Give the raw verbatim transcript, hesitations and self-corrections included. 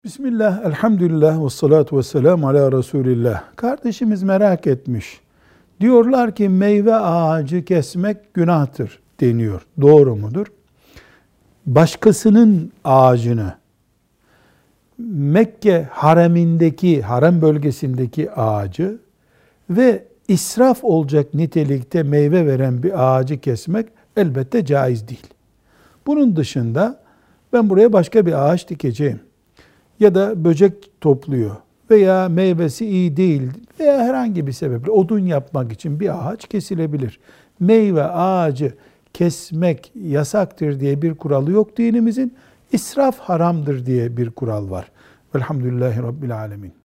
Bismillah, elhamdülillah ve salatu ve selamu ala Resulillah. Kardeşimiz merak etmiş. Diyorlar ki meyve ağacı kesmek günahtır deniyor. Doğru mudur? Başkasının ağacını, Mekke haremindeki, harem bölgesindeki ağacı ve israf olacak nitelikte meyve veren bir ağacı kesmek elbette caiz değil. Bunun dışında ben buraya başka bir ağaç dikeceğim ya da böcek topluyor veya meyvesi iyi değil veya herhangi bir sebeple odun yapmak için bir ağaç kesilebilir. Meyve ağacı kesmek yasaktır diye bir kuralı yok dinimizin. İsraf haramdır diye bir kural var. Velhamdülillahi Rabbil Alemin.